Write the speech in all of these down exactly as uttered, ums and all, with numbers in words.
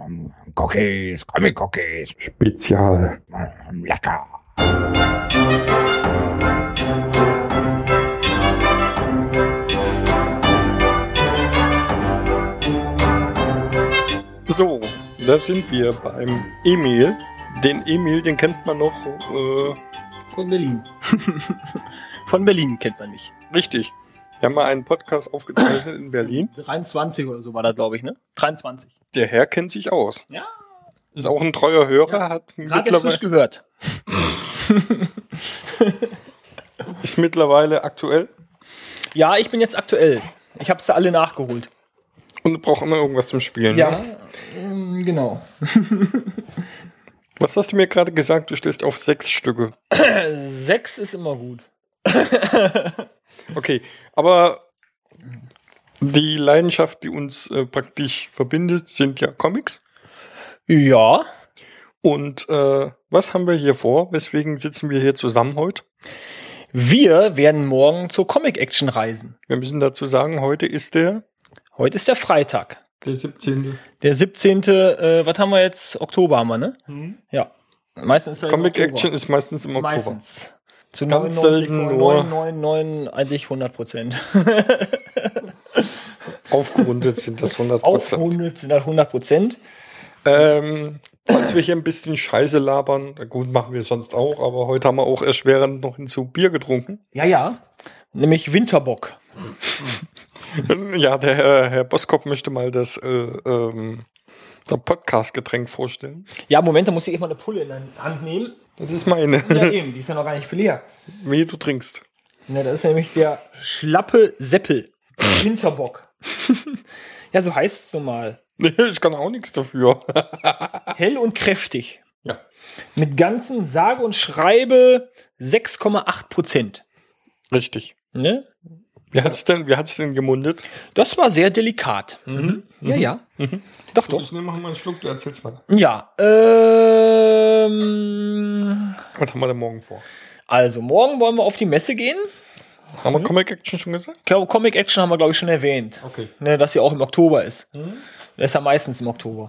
Cookies, Comic-Cookies. Spezial. Lecker. So, da sind wir beim Emil. Den Emil, den kennt man noch äh, von Berlin. Von Berlin kennt man mich. Richtig. Wir haben mal einen Podcast aufgezeichnet in Berlin. dreiundzwanzig oder so war das, glaube ich, ne? dreiundzwanzig. Der Herr kennt sich aus. Ja. Ist auch ein treuer Hörer. Ja. Hat Gerade erst frisch gehört. Ist mittlerweile aktuell. Ja, ich bin jetzt aktuell. Ich habe es da alle nachgeholt. Und braucht immer irgendwas zum Spielen. Ja, Ne? ähm, genau. Was hast du mir gerade gesagt? Du stellst auf sechs Stücke. Sechs ist immer gut. Okay, aber die Leidenschaft, die uns äh, praktisch verbindet, sind ja Comics. Ja. Und äh, was haben wir hier vor? Weswegen sitzen wir hier zusammen heute? Wir werden morgen zur Comic-Action reisen. Wir müssen dazu sagen, heute ist der... Heute ist der Freitag. Der siebzehnte. Der siebzehnte, äh, was haben wir jetzt? Oktober haben wir, ne? Mhm. Ja. Meistens ist er Comic im Oktober. Action ist meistens im Oktober. Meistens. Zu Ganz neunundneunzig selten Komma nur- neun neun neun eigentlich hundert Prozent. Aufgerundet sind das hundert Prozent. Auf hundert sind das hundert Prozent. Ähm, falls wir hier ein bisschen Scheiße labern, na gut, machen wir sonst auch, aber heute haben wir auch erschwerend noch hinzu Bier getrunken. Ja, ja. Nämlich Winterbock. Ja, der Herr, Herr Boskop möchte mal das, äh, ähm, das Podcast-Getränk vorstellen. Ja, Moment, da muss ich eben mal eine Pulle in der Hand nehmen. Das ist meine. Ja, eben, die ist ja noch gar nicht viel leer. Wie du trinkst. Ja, das ist nämlich der Schlappe Seppel. Winterbock. Ja, so heißt es so mal. Nee, ich kann auch nichts dafür. Hell und kräftig. Ja. Mit ganzen sage und schreibe sechs Komma acht Prozent. Richtig. Ne? Wie hat's denn, wie hat's denn gemundet? Das war sehr delikat. Mhm. Ja, ja. Mhm. Doch, doch. Ich nehme mal einen Schluck, du erzählst mal. Ja. Ähm, Was haben wir denn morgen vor? also, morgen wollen wir auf die Messe gehen. Haben wir Comic Action schon gesagt? Comic Action haben wir, glaube ich, schon erwähnt. Okay. Ne, dass sie auch im Oktober ist. Das ist ja meistens im Oktober.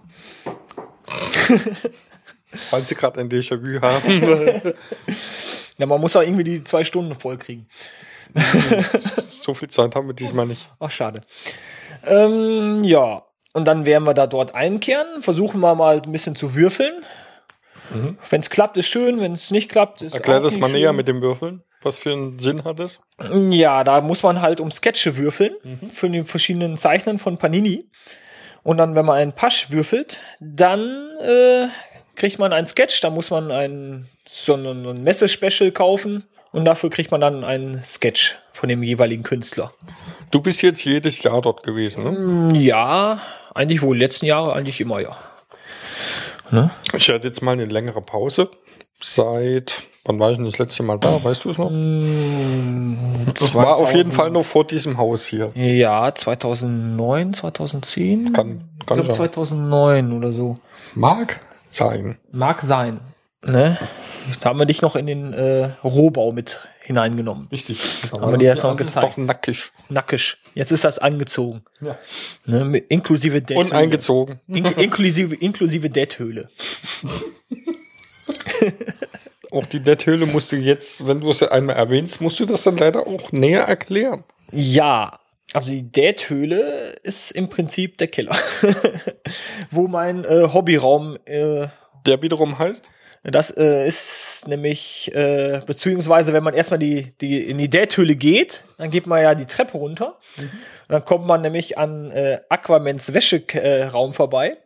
Falls Sie gerade ein Déjà-vu haben. Ja, man muss auch irgendwie die zwei Stunden voll kriegen. So viel Zeit haben wir diesmal nicht. Ach, schade. Ähm, ja, und dann werden wir da dort einkehren. Versuchen wir mal ein bisschen zu würfeln. Mhm. Wenn es klappt, ist schön. Wenn es nicht klappt, ist Erklär auch das nicht mal schön. näher mit dem Würfeln. Was für einen Sinn hat es? Ja, da muss man halt um Sketche würfeln. Für die verschiedenen Zeichnen von Panini. Und dann, wenn man einen Pasch würfelt, dann äh, kriegt man einen Sketch. Da muss man ein, so ein, ein Messe-Special kaufen. Und dafür kriegt man dann einen Sketch von dem jeweiligen Künstler. Du bist jetzt jedes Jahr dort gewesen, ne? Ja, eigentlich wohl. Letzten Jahre eigentlich immer, ja. Ne? Ich hatte jetzt mal eine längere Pause. Seit, wann war ich denn das letzte Mal da? Weißt du es noch? Das war auf jeden Fall noch vor diesem Haus hier. Ja, zweitausendneun, zweitausendzehn? Kann, Ich kann glaube sein. zweitausendneun oder so. Mag sein. Mag sein. Ne? Da haben wir dich noch in den äh, Rohbau mit hineingenommen. Richtig. Haben wir dir jetzt noch gezeigt. Doch nackig. Nackisch. Jetzt ist das angezogen. Ja. Ne? Mit, inklusive Date. Und eingezogen. In, inklusive inklusive Date-Höhle. Auch die Date-Höhle musst du jetzt, wenn du es einmal erwähnst, musst du das dann leider auch näher erklären. Ja, also die Date-Höhle ist im Prinzip der Keller. Wo mein äh, Hobbyraum äh, Der wiederum heißt? Das äh, ist nämlich, äh, beziehungsweise wenn man erstmal die, die, in die Date-Höhle geht, dann geht man ja die Treppe runter. Mhm. Und dann kommt man nämlich an äh, Aquamans Wäscheraum vorbei.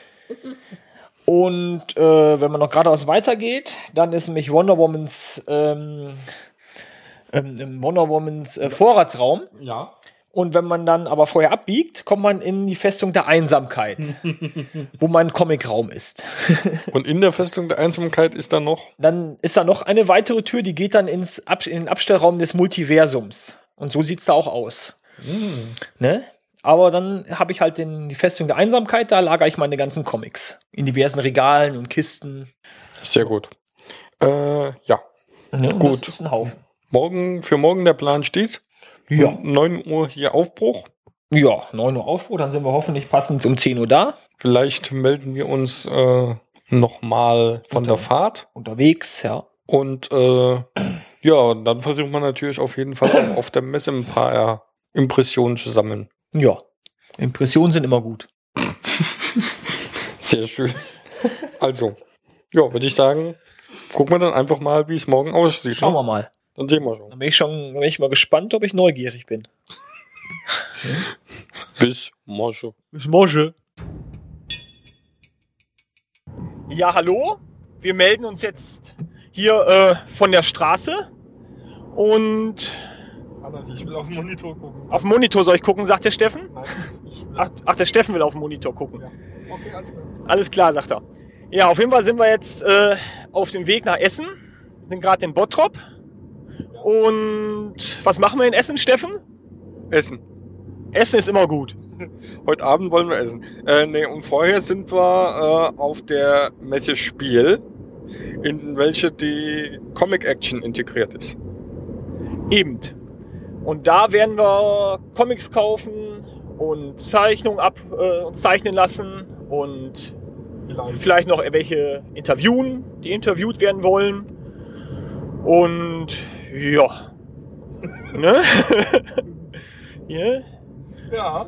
Und äh, wenn man noch geradeaus weitergeht, dann ist nämlich Wonder Womans, ähm, ähm, Wonder Womans äh, Vorratsraum. Ja. Und wenn man dann aber vorher abbiegt, kommt man in die Festung der Einsamkeit, wo mein Comicraum ist. Und in der Festung der Einsamkeit ist dann noch? Dann ist da noch eine weitere Tür, die geht dann ins Ab- in den Abstellraum des Multiversums. Und so sieht's da auch aus. Mm. Ne? Aber dann habe ich halt den, die Festung der Einsamkeit, da lagere ich meine ganzen Comics. In diversen Regalen und Kisten. Sehr gut. Äh, ja. Ne? Und Gut. Das ist ein Haufen. Morgen, für morgen der Plan steht. Ja. Um neun Uhr hier Aufbruch. Ja, neun Uhr Aufbruch, dann sind wir hoffentlich passend um zehn Uhr da. Vielleicht melden wir uns äh, nochmal von Unter- der Fahrt. Unterwegs, ja. Und äh, ja, dann versucht man natürlich auf jeden Fall auch auf der Messe ein paar äh, Impressionen zu sammeln. Ja. Impressionen sind immer gut. Sehr schön. Also, ja, würde ich sagen, gucken wir dann einfach mal, wie es morgen aussieht. Schauen ne? wir mal. Dann sehen wir schon. Dann bin ich schon dann bin ich mal gespannt, ob ich neugierig bin. Bis morgen. Bis morgen. Ja, hallo. Wir melden uns jetzt hier äh, von der Straße. Und Ich will auf den Monitor gucken. auf den Monitor soll ich gucken, sagt der Steffen. Nein, ich will Ach, ach, der Steffen will auf den Monitor gucken. Okay, alles klar. Alles klar, sagt er. Ja, auf jeden Fall sind wir jetzt äh, auf dem Weg nach Essen. Sind gerade in Bottrop. Und was machen wir in Essen, Steffen? Essen. Essen ist immer gut. Heute Abend wollen wir essen. Äh, nee, und vorher sind wir äh, auf der Messe Spiel, in welche die Comic Action integriert ist. Eben. Und da werden wir Comics kaufen und Zeichnungen ab äh, uns zeichnen lassen und vielleicht noch welche interviewen, die interviewt werden wollen. Und ja. Ne? Ja. Ja.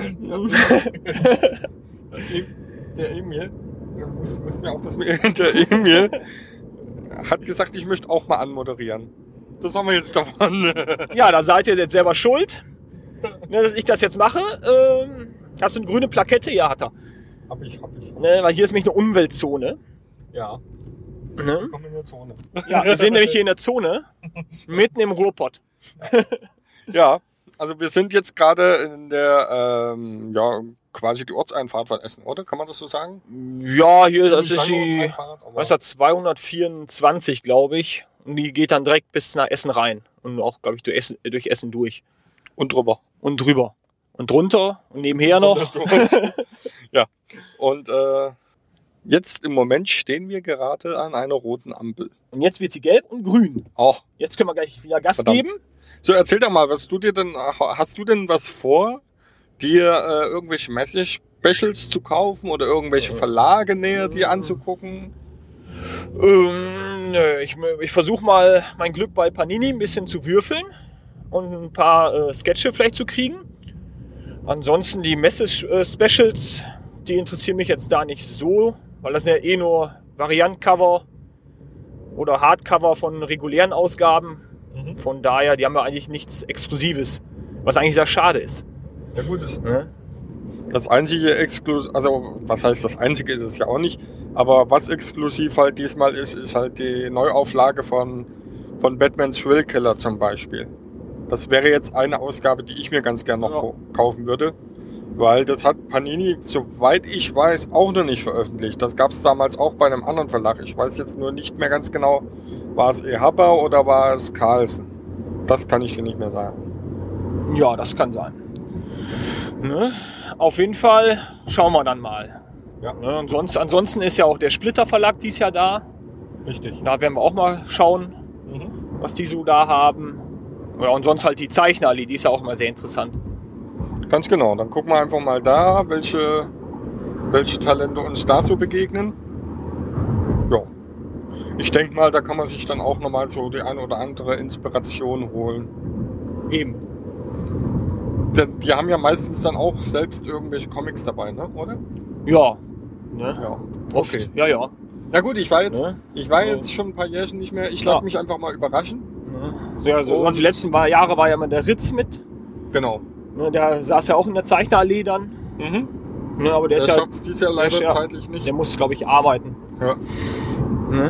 Der Emil, der muss, muss mir auch das mit, der Emil hat gesagt, ich möchte auch mal anmoderieren. Das haben wir jetzt davon. Ja, da seid ihr jetzt selber schuld, ne, dass ich das jetzt mache. Ähm, hast du eine grüne Plakette? Ja, hat er. Hab ich, hab ich. Ne, weil hier ist nämlich eine Umweltzone. Ja. Ne? Ich komme in der Zone. Ja, wir sind nämlich hier in der Zone, mitten im Ruhrpott. Ja, also wir sind jetzt gerade in der, ähm, ja, quasi die Ortseinfahrt von Essen, oder? Kann man das so sagen? Ja, hier das ist Nicht lange die Ortseinfahrt, aber- was ist das, zweihundertvierundzwanzig, glaube ich. Und die geht dann direkt bis nach Essen rein. Und auch, glaube ich, durch Essen, durch Essen durch. Und drüber. Und drüber. Und drunter und nebenher noch. Ja. Und äh, jetzt im Moment stehen wir gerade an einer roten Ampel. Und jetzt wird sie gelb und grün. Oh, Jetzt können wir gleich wieder Gas Verdammt. geben. so erzähl doch mal, was du dir denn, hast du denn was vor, dir äh, irgendwelche Messe-Specials zu kaufen oder irgendwelche Verlage näher dir anzugucken? Ähm, nö, ich ich versuche mal mein Glück bei Panini ein bisschen zu würfeln und ein paar äh, Sketche vielleicht zu kriegen. Ansonsten die Messe-Specials, die interessieren mich jetzt da nicht so, weil das sind ja eh nur Variant-Cover oder Hardcover von regulären Ausgaben. Mhm. Von daher, die haben ja eigentlich nichts Exklusives, was eigentlich sehr schade ist. Ja gut, das, Ne? das einzige Exklusiv, also was heißt das einzige ist es ja auch nicht, aber was exklusiv halt diesmal ist, ist halt die Neuauflage von, von Batman Thrill Killer zum Beispiel. Das wäre jetzt eine Ausgabe, die ich mir ganz gern noch Ja. ko- kaufen würde, weil das hat Panini, soweit ich weiß, auch noch nicht veröffentlicht. Das gab es damals auch bei einem anderen Verlag. Ich weiß jetzt nur nicht mehr ganz genau, war es Ehapa oder war es Carlsen? Das kann ich dir nicht mehr sagen. Ja, das kann sein. Ne? Auf jeden Fall schauen wir dann mal. Ja. Ne? Und sonst, ansonsten ist ja auch der Splitter Verlag dieses Jahr da. Richtig. Da werden wir auch mal schauen, Mhm. was die so da haben. Ja, und sonst halt die Zeichnerallee, die ist ja auch immer sehr interessant. Ganz genau. Dann gucken wir einfach mal da, welche, welche Talente uns da so begegnen. Ja. Ich denke mal, da kann man sich dann auch nochmal so die ein oder andere Inspiration holen. Eben. Denn die haben ja meistens dann auch selbst irgendwelche Comics dabei, ne? Oder? Ja. Ne? Ja. Oft. Okay. Ja, ja. Na gut, ich war jetzt, Ne? ich war Ja. jetzt schon ein paar Jährchen nicht mehr. Ich lasse Ja. mich einfach mal überraschen. Ne? Ja, also Und- die letzten war- Jahre war ja immer der Ritz mit. Genau. Ne? Der saß ja auch in der Zeichnerallee dann. Mhm. Ne? Aber der, Der ist ja, schafft es dieses Jahr der leider ist ja- zeitlich nicht. der muss, glaube ich, arbeiten. Ja. Ne?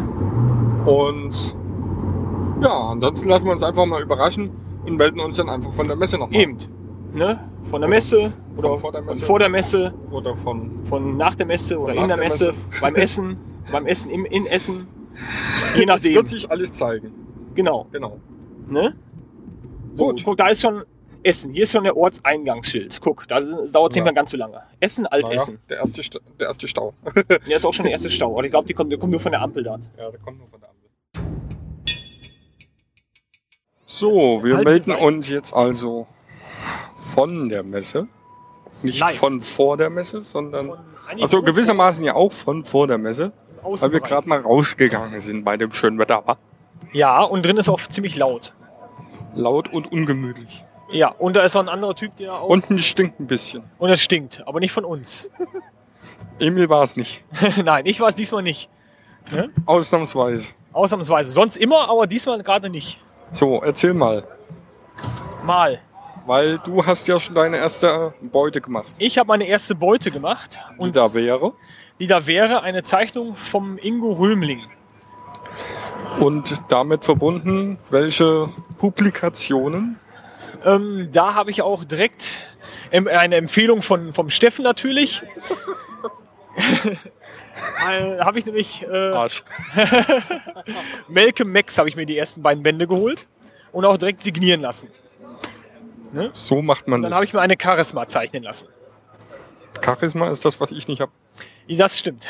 Und ja, ansonsten lassen wir uns einfach mal überraschen und melden uns dann einfach von der Messe nochmal. Eben. Ne? Von der Messe Von oder vor der Messe. von vor der Messe, Oder von. von nach der Messe oder Von in nach der der Messe, Messe. beim Essen, beim Essen im in Essen. Je Das wird nachdem. sich alles zeigen. Genau. Genau. Ne? So, Gut. guck, da ist schon Essen. Hier ist schon der Ortseingangsschild. Guck, da dauert es Ja. nicht mehr ganz so lange. Essen, Altessen. Naja, der, erste Sta- der erste Stau. Der ist auch schon der erste Stau. Aber ich glaube, die kommt, der kommt nur von der Ampel dort. Ja, der kommt nur von der Ampel. So, wir Halt die melden Seite. uns jetzt also von der Messe. Nicht Live. von vor der Messe, sondern Von- eigentlich also nur gewissermaßen ja auch von vor der Messe, vom weil wir Außenbereich. gerade mal rausgegangen sind bei dem schönen Wetter. War Ja, und drin ist auch ziemlich laut. laut und ungemütlich. Ja, und da ist noch ein anderer Typ, der auch... Und es stinkt ein bisschen. Und es stinkt, aber nicht von uns. Emil war es nicht. Nein, ich war es diesmal nicht. Ausnahmsweise. Ausnahmsweise. Sonst immer, aber diesmal gerade nicht. So, erzähl mal. Mal. Weil du hast ja schon deine erste Beute gemacht. Ich habe meine erste Beute gemacht. Die Und da wäre. die da wäre eine Zeichnung vom Ingo Römling. Und damit verbunden, welche Publikationen? Ähm, da habe ich auch direkt ähm, eine Empfehlung von, vom Steffen natürlich. äh, habe ich nämlich äh, Arsch. Malcolm Max habe ich mir die ersten beiden Bände geholt und auch direkt signieren lassen. So macht man Dann das. habe ich mir eine Charisma zeichnen lassen. Charisma ist das, was ich nicht habe. Das stimmt.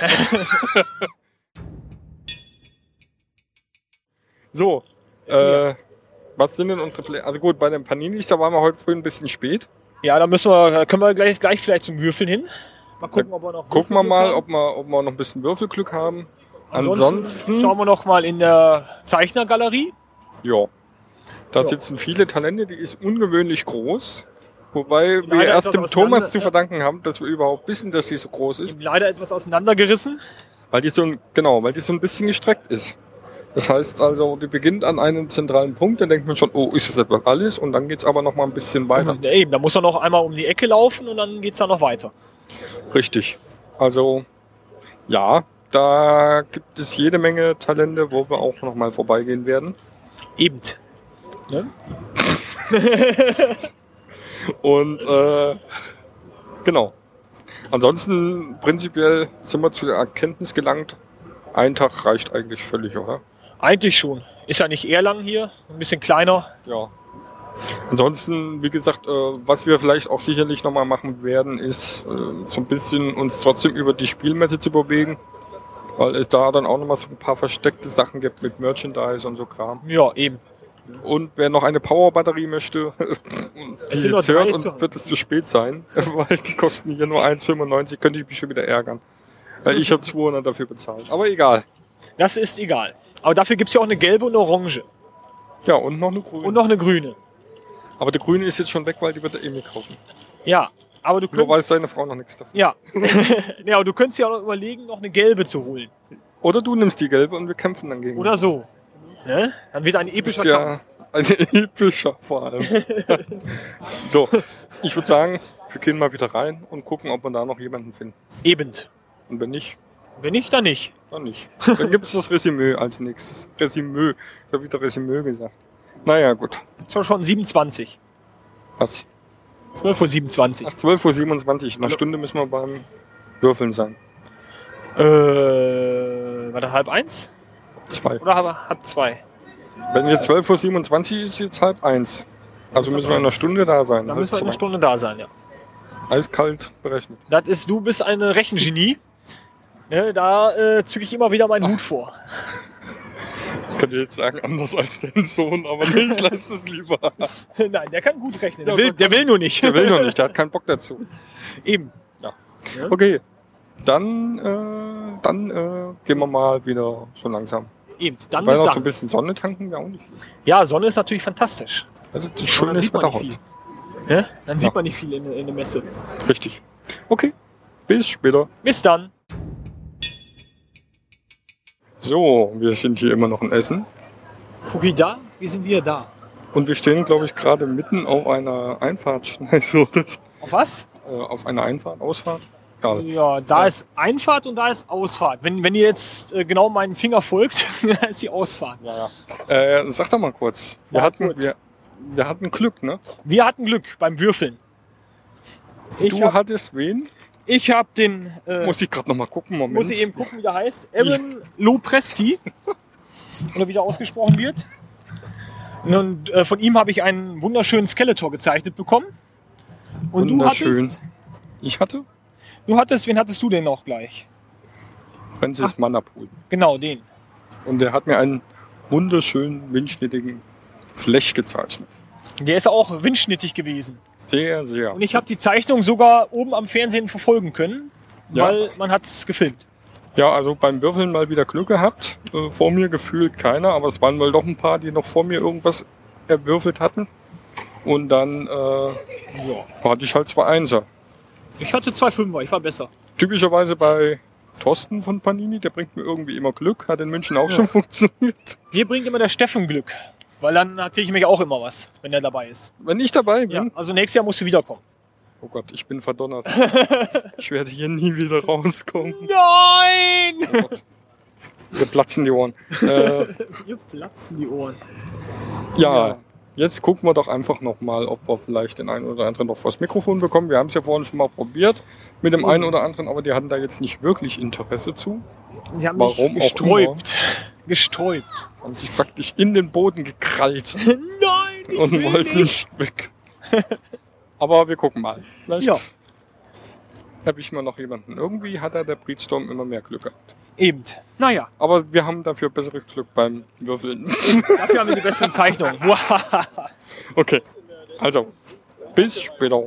So, äh, was sind denn unsere Pläne? Also gut, bei den Paninis, da waren wir heute früh ein bisschen spät. Ja, da müssen wir, können wir gleich, gleich vielleicht zum Würfeln hin. Mal gucken, ob wir noch Gucken wir Würfelglück mal, haben. ob wir, ob wir noch ein bisschen Würfelglück haben. Ansonsten Ansonsten, schauen wir noch mal in der Zeichnergalerie. ja, da Ja. sitzen viele Talente, die ist ungewöhnlich groß. Wobei wir Leider erst etwas dem auseinander- Thomas zu verdanken haben, dass wir überhaupt wissen, dass die so groß ist. Leider etwas auseinandergerissen. Weil die so ein, genau, weil die so ein bisschen gestreckt ist. Das heißt also, die beginnt an einem zentralen Punkt, dann denkt man schon, oh, ist das etwa alles? Und dann geht es aber noch mal ein bisschen weiter. Ja, eben, da muss er noch einmal um die Ecke laufen und dann geht es da noch weiter. Richtig. Also, ja, da gibt es jede Menge Talente, wo wir auch noch mal vorbeigehen werden. Eben. Ne? Und äh, genau. Ansonsten prinzipiell sind wir zu der Erkenntnis gelangt, ein Tag reicht eigentlich völlig, oder? Eigentlich schon. Ist ja nicht eher lang hier, ein bisschen kleiner. Ja. Ansonsten, wie gesagt, äh, was wir vielleicht auch sicherlich nochmal machen werden, ist äh, so ein bisschen uns trotzdem über die Spielmesse zu bewegen, weil es da dann auch nochmal so ein paar versteckte Sachen gibt mit Merchandise und so Kram. Ja, eben. Und wer noch eine Powerbatterie möchte, die sind noch jetzt drei hört zu und haben. wird es zu spät sein, weil die kosten hier nur eins fünfundneunzig, könnte ich mich schon wieder ärgern. Weil ich habe zweihundert dafür bezahlt. Aber egal. Das ist egal. Aber dafür gibt es ja auch eine gelbe und eine orange. Ja, und noch eine grüne. Und noch eine grüne. Aber die grüne ist jetzt schon weg, weil die wird er eh nicht kaufen. Ja, aber du Nur könntest... weiß seine Frau noch nichts davon. Ja. Ja, aber du könntest ja auch noch überlegen, noch eine gelbe zu holen. Oder du nimmst die gelbe und wir kämpfen dann gegen. Oder so. Ne? Dann wird ein Du bist epischer Kampf. ja ein epischer vor allem. So, ich würde sagen, wir gehen mal wieder rein und gucken, ob wir da noch jemanden finden. Eben. Und wenn nicht, Wenn nicht, dann nicht. dann nicht. Dann gibt es das Resümee als nächstes. Resümee. Ich habe wieder Resümee gesagt. Naja, gut. Schon schon siebenundzwanzig. Was? zwölf Uhr siebenundzwanzig. Ach, zwölf Uhr siebenundzwanzig. In einer Hallo. Stunde müssen wir beim Würfeln sein. Äh, war das halb eins? Zwei. Oder halb, halb zwei? Wenn jetzt zwölf Uhr siebenundzwanzig ist, ist jetzt halb eins. Also müssen wir in einer Stunde da sein. Dann Halb müssen wir in einer zwei. Stunde da sein, ja. Eiskalt berechnet. Das ist, du bist ein Rechengenie. Ne, da äh, zücke ich immer wieder meinen Hut vor. Ich könnte jetzt sagen, anders als dein Sohn, aber nee, ich lasse es lieber. Nein, der kann gut rechnen. Der, Ja, will, der der kann- will nur nicht. Der will noch nicht, der hat keinen Bock dazu. Eben. Okay, dann, äh, dann äh, gehen wir mal wieder so langsam. Eben. Dann Weil bis noch so ein dann. bisschen Sonne tanken wäre auch nicht. Ja, Sonne ist natürlich fantastisch. Also das Aber Schöne dann ist sieht man Wetter nicht heute. viel. Ne? Dann sieht Ja. man nicht viel in, in der Messe. Richtig. Okay, bis später. Bis dann. So, wir sind hier immer noch in Essen. Fuki da, wir sind wieder da. Und wir stehen, glaube ich, gerade mitten auf einer Einfahrtschneise. oder so. Auf was? Äh, auf einer Einfahrt, Ausfahrt. Egal. Ja, da Ja. ist Einfahrt und da ist Ausfahrt. Wenn, wenn ihr jetzt äh, genau meinen Finger folgt, da ist die Ausfahrt. Ja, ja. Äh, sag doch mal kurz. Wir, Ja, hatten, kurz. Wir, wir hatten Glück, ne? Wir hatten Glück beim Würfeln. Ich du hab, hattest wen? ich hab den, äh, Muss ich gerade noch mal gucken. Moment. muss ich eben gucken, wie der heißt. Evan Lopresti. Oder wie der ausgesprochen wird. Und äh, von ihm habe ich einen wunderschönen Skeletor gezeichnet bekommen. Und du Wunderschön. hattest, Ich hatte du hattest, wen hattest du denn noch gleich? Francis Manapul. Genau, den. Und der hat mir einen wunderschönen, windschnittigen Flech gezeichnet. Der ist auch windschnittig gewesen. Sehr, sehr. Und ich habe die Zeichnung sogar oben am Fernsehen verfolgen können, Ja. weil man hat es gefilmt. Ja, also beim Würfeln mal wieder Glück gehabt. Äh, vor mir gefühlt keiner, aber es waren wohl doch ein paar, die noch vor mir irgendwas erwürfelt hatten. Und dann äh, ja, hatte ich halt zwei Einser. Ich hatte zwei Fünfer, ich war besser. Typischerweise bei Thorsten von Panini, der bringt mir irgendwie immer Glück. Hat in München auch ja. schon funktioniert. Hier bringt immer der Steffen Glück. Weil dann kriege ich mich auch immer was, wenn er dabei ist. Wenn ich dabei bin? Ja, also nächstes Jahr musst du wiederkommen. Oh Gott, ich bin verdonnert. Ich werde hier nie wieder rauskommen. Nein! Oh Gott. Wir platzen die Ohren. Äh, Wir platzen die Ohren. ja, Ja. Jetzt gucken wir doch einfach nochmal, ob wir vielleicht den einen oder anderen noch vors Mikrofon bekommen. Wir haben es ja vorhin schon mal probiert mit dem einen oder anderen, aber die hatten da jetzt nicht wirklich Interesse zu. Die haben Warum mich auch gesträubt. Gesträubt. Haben sich praktisch in den Boden gekrallt Nein! Ich und will wollten nicht. nicht weg. Aber wir gucken mal. Vielleicht Ja, erwischen wir noch jemanden. Irgendwie hat er der Breedstorm immer mehr Glück gehabt. eben. Naja, Aber wir haben dafür besseres Glück beim Würfeln. dafür haben wir die besseren Zeichnungen. Okay, also bis später.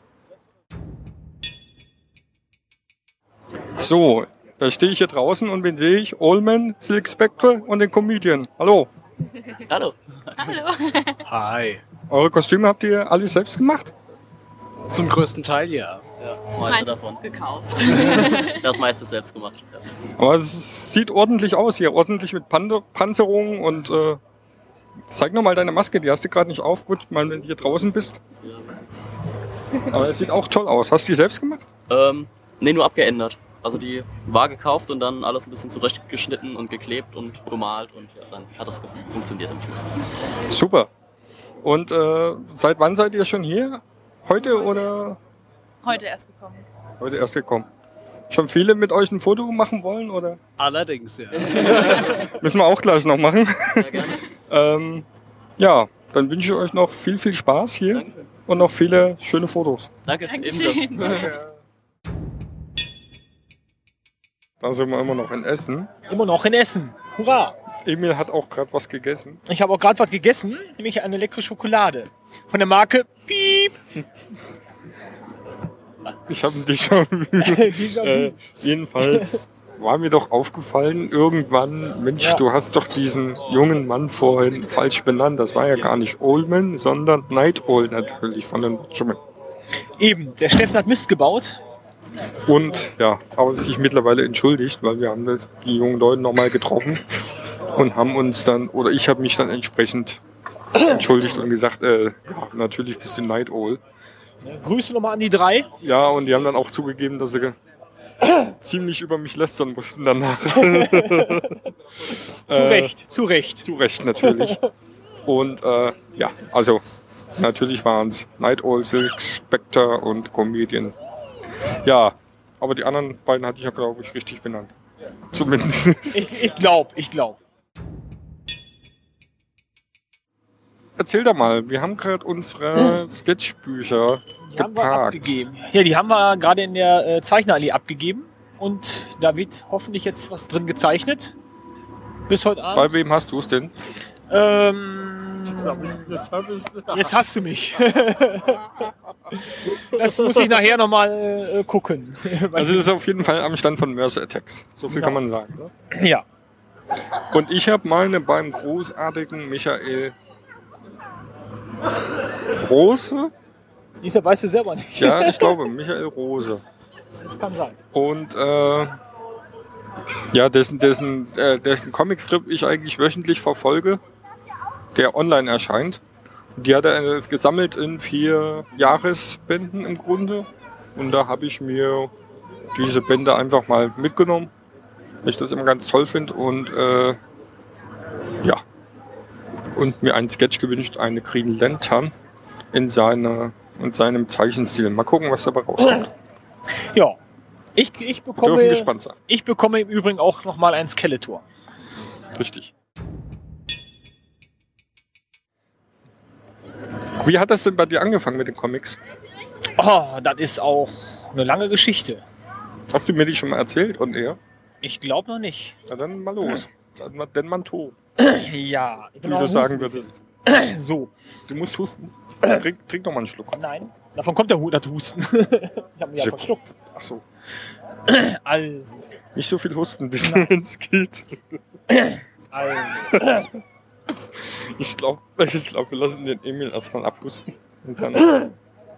So, da stehe ich hier draußen und wen sehe ich? Allman, Silk Spectre und den Comedian. Hallo. Hallo. Hi. Eure Kostüme habt ihr alle selbst gemacht? Zum größten Teil ja. Ja, das meiste Meins davon. ist gekauft. Das meiste ist selbst gemacht. Ja. Aber es sieht ordentlich aus hier, ordentlich mit Pan- Panzerung und äh, zeig nochmal deine Maske, die hast du gerade nicht auf. Gut, mal wenn du hier draußen bist. Aber es sieht auch toll aus. Hast du die selbst gemacht? Ähm, nee, nur abgeändert. Also die war gekauft und dann alles ein bisschen zurechtgeschnitten und geklebt und bemalt und ja, dann hat das funktioniert am Schluss. Super. Und äh, seit wann seid ihr schon hier? Heute oder Heute erst gekommen. heute erst gekommen? Schon viele mit euch ein Foto machen wollen oder? Allerdings, ja. Müssen wir auch gleich noch machen. Sehr gerne. ähm, ja, dann wünsche ich euch noch viel, viel Spaß hier Dankeschön. und noch viele schöne Fotos. Danke, ebenso. Dankeschön. Da sind wir immer noch in Essen. Immer noch in Essen. Hurra! Emil hat auch gerade was gegessen. Ich habe auch gerade was gegessen, nämlich eine leckere Schokolade. Von der Marke Piep. Ich habe ein Déjà-vu. Déjà-vu. äh, jedenfalls war mir doch aufgefallen, irgendwann, Mensch, Ja. du hast doch diesen jungen Mann vorhin falsch benannt. Das war ja gar nicht Oldman, sondern Night Owl natürlich von den Watchmen. Eben, der Steffen hat Mist gebaut. Und ja, aber sich mittlerweile entschuldigt, weil wir haben das, die jungen Leute nochmal getroffen und haben uns dann, oder ich habe mich dann entsprechend entschuldigt und gesagt, äh, ja, natürlich bist du Night Owl. Grüße nochmal an die drei. Ja, und die haben dann auch zugegeben, dass sie ziemlich über mich lästern mussten danach. Zu Recht, zu Recht. Zu Recht natürlich. Und äh, ja, also natürlich waren es Night Owl, Silk Spectre und Comedian. Ja, aber die anderen beiden hatte ich ja, glaube ich, richtig benannt. Zumindest. Ich, ich glaube, ich glaube. Erzähl doch mal, wir haben gerade unsere Sketchbücher Die haben wir geparkt. abgegeben. Ja, die haben wir gerade in der äh, Zeichnerallee abgegeben. Und da wird hoffentlich jetzt was drin gezeichnet. Bis heute Abend. Bei wem hast du es denn? Ähm, jetzt hast du mich. Das muss ich nachher nochmal äh, gucken. Also das ist auf jeden Fall am Stand von Mercer Attacks. So viel Ja. kann man sagen. Ne? Ja. Und ich habe meine beim großartigen Michael Rose. Dieser weißt du selber nicht. Ja, ich glaube, Michael Rose. Das kann sein. Und äh, ja, dessen, dessen, äh, dessen Comicstrip ich eigentlich wöchentlich verfolge, der online erscheint. Die hat er äh, gesammelt in vier Jahresbänden im Grunde. Und da habe ich mir diese Bände einfach mal mitgenommen, weil ich das immer ganz toll finde. Und äh, ja, und mir einen Sketch gewünscht, eine Green Lantern in, seiner, in seinem Zeichenstil. Mal gucken, was dabei rauskommt. Ja. Ich, ich, Wir dürfen bekomme, gespannt sein. ich bekomme im Übrigen auch nochmal ein Skeletor. Richtig. Wie hat das denn bei dir angefangen mit den Comics? Oh, das ist auch eine lange Geschichte. Hast du mir die schon mal erzählt und er? Ich glaube noch nicht. Na dann mal los. Dann, denn man to. Ja. Ich Wie bin auch du am sagen Husten. würdest. So. Du musst husten. Trink, trink doch mal einen Schluck. Nein. Davon kommt der Hu- das Husten. Ich habe mich ja Ja. verschluckt. Achso. Also, Nicht so viel husten, bis Nein. es geht. also. Ich glaube, ich glaub, wir lassen den Emil erstmal abhusten. Und dann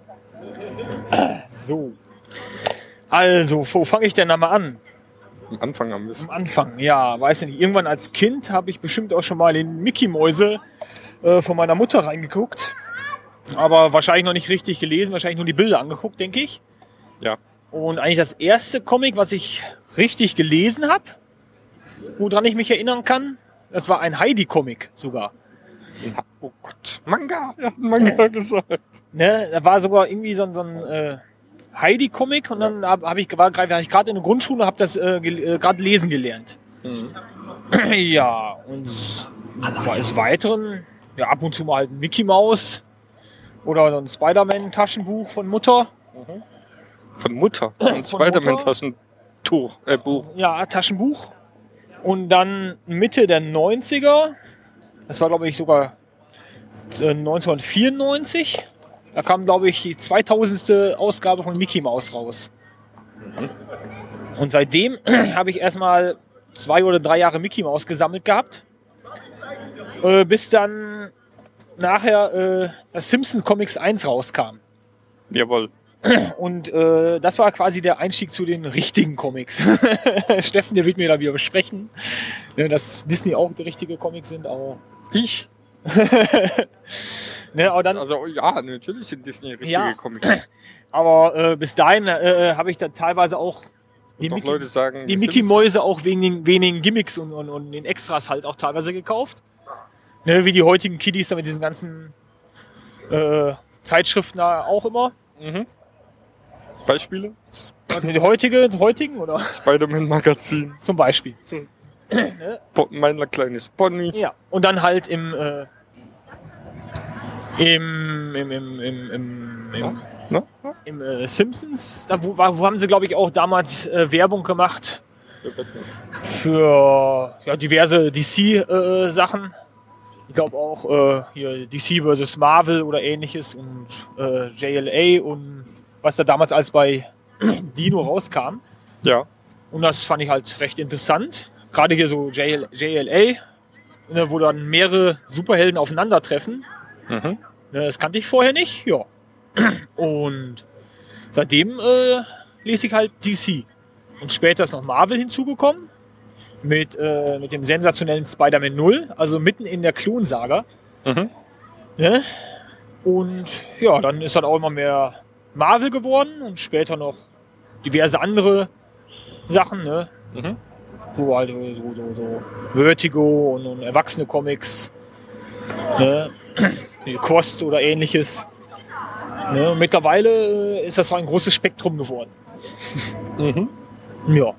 So. Also, wo fange ich denn da mal an? am Anfang am besten. Am Anfang, ja, weiß nicht. Irgendwann als Kind habe ich bestimmt auch schon mal in Mickey-Mäuse äh, von meiner Mutter reingeguckt. Aber wahrscheinlich noch nicht richtig gelesen, wahrscheinlich nur die Bilder angeguckt, denke ich. Ja. Und eigentlich das erste Comic, was ich richtig gelesen habe, woran ich mich erinnern kann, das war ein Heidi-Comic sogar. Oh Gott. Manga. Er hat Manga gesagt. Ne, da war sogar irgendwie so ein, so ein äh, Heidi-Comic und dann habe hab ich, war, war ich gerade in der Grundschule, habe das äh, äh, gerade lesen gelernt. Mhm. Ja, und des Weiteren, ja, ab und zu mal halt ein Mickey Maus oder so ein Spider-Man-Taschenbuch von Mutter. Von Mutter. Ein Von Spider-Man-Taschentuch. Äh, Buch. Ja, Taschenbuch. Und dann Mitte der neunziger, das war glaube ich sogar äh, neunzehnhundertvierundneunzig, da kam glaube ich die zweitausendste Ausgabe von Mickey Maus raus. Und seitdem habe ich erstmal zwei oder drei Jahre Mickey Maus gesammelt gehabt, äh, bis dann nachher äh, das Simpsons Comics eins rauskam. Jawohl. Und äh, das war quasi der Einstieg zu den richtigen Comics. Steffen, der wird mir da wieder besprechen, ne, dass Disney auch die richtige Comics sind. Aber, Ich? ne, aber, dann, Also ja, natürlich sind Disney richtige Ja. Comics. aber äh, bis dahin äh, habe ich dann teilweise auch die, Doch Mickey, Leute sagen, die das Mickey sind- Mäuse auch wegen den wenigen Gimmicks und, und, und den Extras halt auch teilweise gekauft. Ne, wie die heutigen Kiddies da mit diesen ganzen äh, Zeitschriften da auch immer. Mhm. Beispiele? Die heutige, die heutigen oder Spider-Man-Magazin. zum Beispiel. Po- Mein kleines Pony. Ja, und dann halt im, äh, im, im, im, im, im, im, Ne? im äh, Simpsons, da wo, war- wo haben sie, glaube ich, auch damals äh, Werbung gemacht für ja, diverse D C-Sachen. ich glaube auch äh, hier D C versus Marvel oder ähnliches und äh, J L A und was da damals als bei Dino rauskam. Ja. Und das fand ich halt recht interessant. Gerade hier so J L A, ne, wo dann mehrere Superhelden aufeinandertreffen. Mhm. Ne, das kannte ich vorher nicht. Ja. Und seitdem äh, lese ich halt D C. Und später ist noch Marvel hinzugekommen. Mit, äh, mit dem sensationellen Spider-Man null. Also mitten in der Klonsaga. Mhm. Ne? Und ja, dann ist halt auch immer mehr Marvel geworden. Und später noch diverse andere Sachen. Ne? Mhm. So halt so, so, so Vertigo und, und erwachsene Comics, ne? Wie Kost oder ähnliches. Ne? Und mittlerweile ist das so ein großes Spektrum geworden. Mhm. Ja.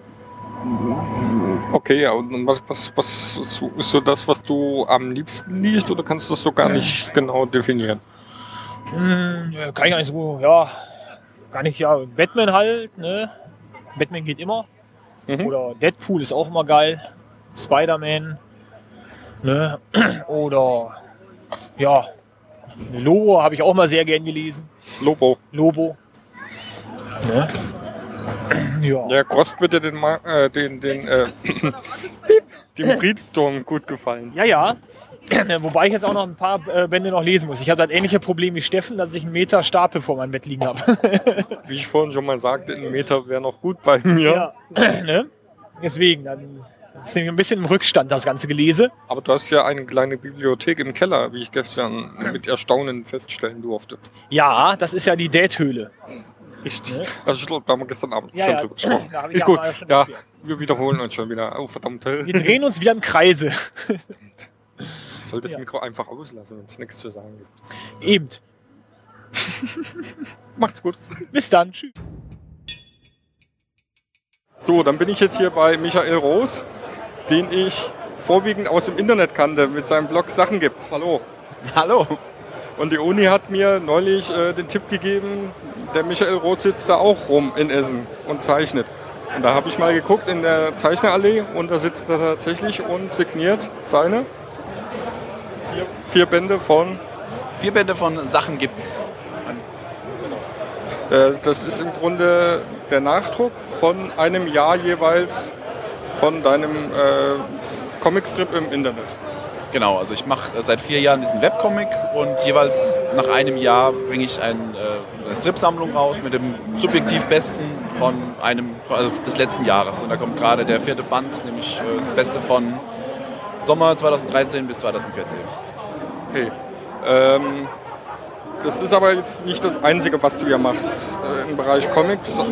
Okay, ja, und was, was, was so- ist so das, was du am liebsten liest, oder kannst du das so gar nicht genau definieren? Hm, ja, kann ich gar nicht so, ja, gar nicht, ja, Batman halt, ne? Batman geht immer. Mhm. Oder Deadpool ist auch immer geil. Spider-Man. Ne? Oder ja, Lobo habe ich auch mal sehr gern gelesen. Lobo. Lobo. Ne? Ja. Ja, Krost wird dir den, Ma- äh, den, den, äh, dem Breedstorm gut gefallen. Ja, ja. Ne, wobei ich jetzt auch noch ein paar äh, Bände noch lesen muss. Ich habe das ähnliche Problem wie Steffen, dass ich einen Meter Stapel vor meinem Bett liegen habe. Wie ich vorhin schon mal sagte, ein Meter wäre noch gut bei mir. Ja. Ne? Deswegen, dann ist nämlich ein bisschen im Rückstand das ganze Gelese. Aber du hast ja eine kleine Bibliothek im Keller, wie ich gestern mit Erstaunen feststellen durfte. Ja, das ist ja die Date-Höhle. Richtig. Ne? Also ich glaube, da haben wir gestern Abend Ja, schon ja. drüber gesprochen. Da hab ich Ist ja gut. mal schon Ja, erklärt. wir wiederholen uns schon wieder. Oh, verdammt. Wir drehen uns wieder im Kreise. Ich soll das Ja. Mikro einfach auslassen, wenn es nichts zu sagen gibt. Eben. Macht's gut. Bis dann. Tschüss. So, dann bin ich jetzt hier bei Michael Roos, den ich vorwiegend aus dem Internet kannte, mit seinem Blog Sachen gibt's. Hallo. Hallo. Und die Uni hat mir neulich äh, den Tipp gegeben, der Michael Roth sitzt da auch rum in Essen und zeichnet. Und da habe ich mal geguckt in der Zeichnerallee und da sitzt er tatsächlich und signiert seine vier, vier Bände von... Vier Bände von Sachen gibt's. Äh, das ist im Grunde der Nachdruck von einem Jahr jeweils von deinem äh, Comicstrip im Internet. Genau, also ich mache seit vier Jahren diesen Webcomic und jeweils nach einem Jahr bringe ich ein, äh, eine Stripsammlung raus mit dem subjektiv Besten von einem, also des letzten Jahres. Und da kommt gerade der vierte Band, nämlich äh, das Beste von Sommer zweitausenddreizehn bis zweitausendvierzehn. Okay. Ähm, das ist aber jetzt nicht das Einzige, was du ja machst äh, im Bereich Comics. so.